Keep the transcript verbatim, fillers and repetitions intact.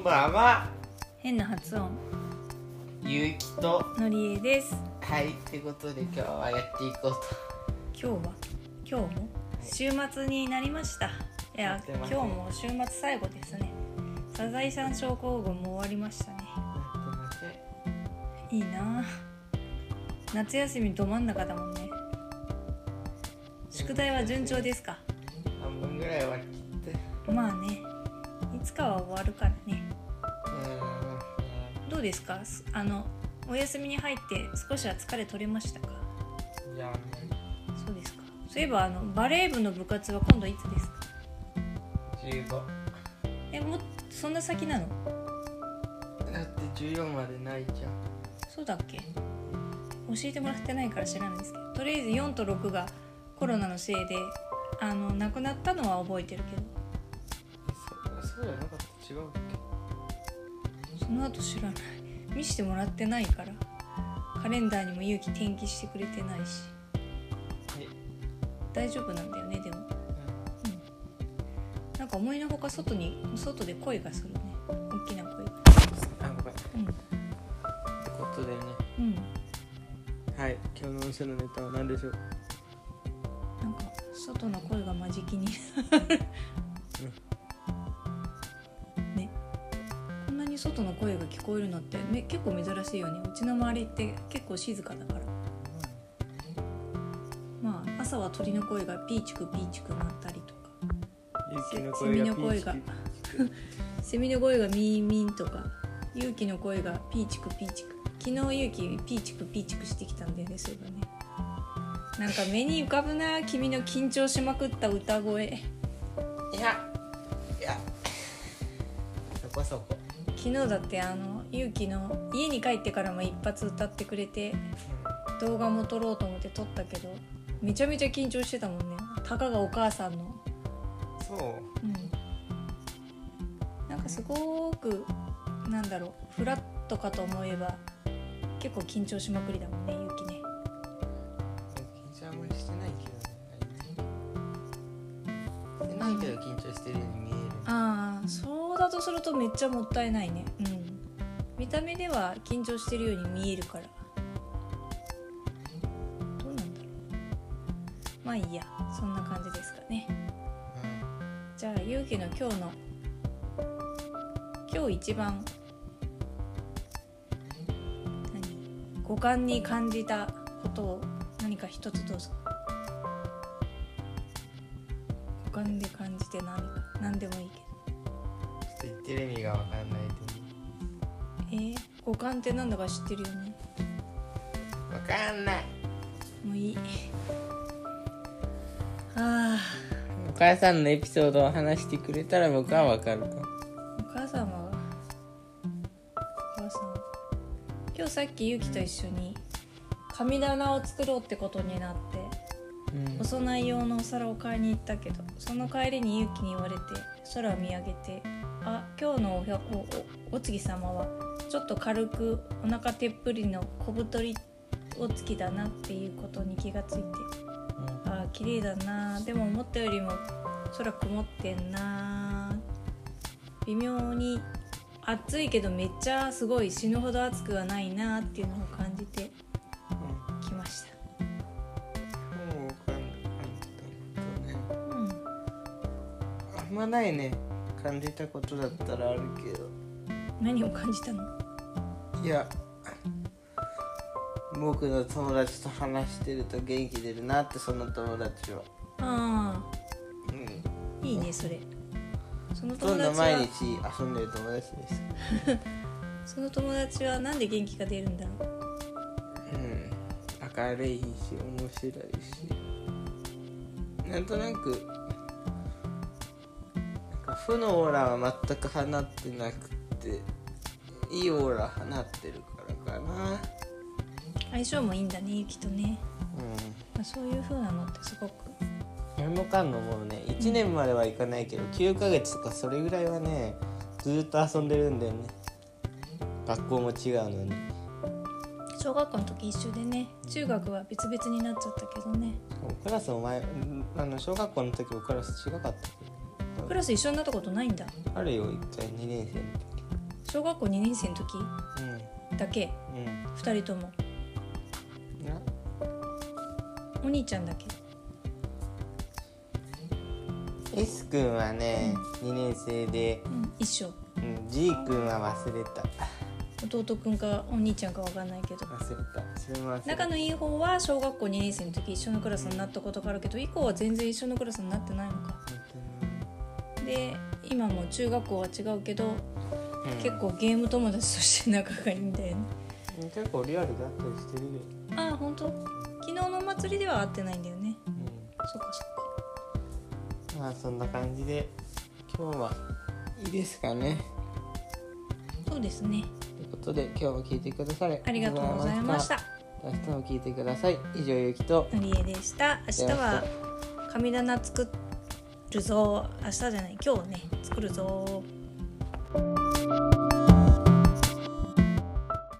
ばんは。 変な発音、 ゆうきとのりえです。 はいってことで今日はやっていこうと。 今日は今日も週末になりました。いや今日も週末最後ですね。サザエさん症候群も終わりましたね。いいな、夏休みど真ん中だもんね。宿題は順調ですか？ 半分ぐらいは切ってまあね、いつかは終わるからね。どうですか？あのお休みに入って少しは疲れ取れましたか？ いやそうですか。そういえばあのバレー部の部活は今度いつですか？ じゅうご。 え、もうそんな先なの？ だってじゅうよんまでないじゃん。 そうだっけ？教えてもらってないから知らないんですけど、とりあえずよんとろくがコロナのせいであの亡くなったのは覚えてるけど。 そ, そうじゃなかった？違うっけ？その後知らない。見せてもらってないから。カレンダーにも勇気転記してくれてないし。大丈夫なんだよねでも、うんうん、なんか思いのほか外に外で声がするね。大きな声が。 あ、ごめん。うん。ってことでね。 うん。 はい、今日のお店のネタは何でしょう？ なんか外の声が間近にね、こんなに外の声が聞こえるのってめ結構珍しいよね。うちの周りって結構静かだから。まあ朝は鳥の声がピーチクピーチク鳴ったりとか、セミの声がセミの声がミーミンとか、ユウキの声がピーチクピーチク。昨日ユウキピーチクピーチクしてきたんだよね。そういえばね。なんか目に浮かぶな、君の緊張しまくった歌声。いやいやそこそこ。 昨日だってあのユウキの家に帰ってからも一発歌ってくれて、動画も撮ろうと思って撮ったけどめちゃめちゃ緊張してたもんね。たかがお母さんの。 そう、 うん、なんかすごくなんだろう、フラットかと思えば結構緊張しまくりだもんね、ユウキね。 緊張あんまりしてないけどね。してないけど緊張してるように見える。 ああ、そうだとするとめっちゃもったいないね。うん。見た目では緊張してるように見えるから。どうなんだろう。まあいいや、そんな感じですかね。うん、じゃあゆうきの今日の今日一番何五感に感じたことを何か一つどうぞ。五感で感じて何か何でもいいけど。 ちょっと言ってる意味が分かんないと思う。 えー、五感ってなんだか知ってるよね。 分かんない。 もういい。ああ。 お母さんのエピソードを話してくれたら僕は分かるか。 お母様はお母さん今日さっきゆきと一緒に神棚を作ろうってことになって、うん、お供え用のお皿を買いに行ったけど、その帰りにゆきに言われて空を見上げて、あ、今日の お, お, お月様はちょっと軽くお腹てっぷりの小太りお月だなっていうことに気がついて、うん、あ、綺麗だな、でも思ったよりも空曇ってんな、微妙に暑いけどめっちゃすごい死ぬほど暑くはないなっていうのを感じてきました。 もう感じたことね、うん、あんまないね。感じたことだったらあるけど。 何を感じたの？ いや、僕の友達と話してると元気出るなって、その友達は。ああ、うん、いいねそれ。その友達はほとんど毎日遊んでる友達ですその友達はなんで元気が出るんだろう。 うん、明るいし面白いし、なんとなくなんか負のオーラは全く放ってなくて、いいオーラ放ってるからかな。 相性もいいんだね、ゆきとね、うんまあ、そういう風なのってすごく何もかんのもうね、いちねんまではいかないけど、うん、きゅうかげつとかそれぐらいはねずっと遊んでるんだよね。学校も違うのに。 小学校の時一緒でね、中学は別々になっちゃったけどね。 クラスも前、あの小学校の時もクラス違かったけど、 クラス一緒になったことないんだ。 あるよ、一回にねん生の時。 小学校にねん生の時うんだけ、 うんふたりとも。 なお兄ちゃんだけ。 S 君はね、にねん生で、 うん一緒。 うん、G 君は忘れた弟くんかお兄ちゃんかわかんないけど、 忘れたそれも忘れた。 仲のいい方は小学校にねん生の時一緒のクラスになったことがあるけど、以降は全然一緒のクラスになってないのか。で今も中学校は違うけど、 うん、 結構ゲーム友達として仲がいいんだよね。 結構リアルだったりしてるよ。 ああ本当。昨日のお祭りでは会ってないんだよね。 うそっかそっか。 ん、まあそんな感じで今日はいいですかね。 そうですね。 ということで今日も聞いてくださりありがとうございました。 明日も聞いてください。以上ゆきとのりえでした。明日は神棚作るぞ。明日じゃない今日ね作るぞ。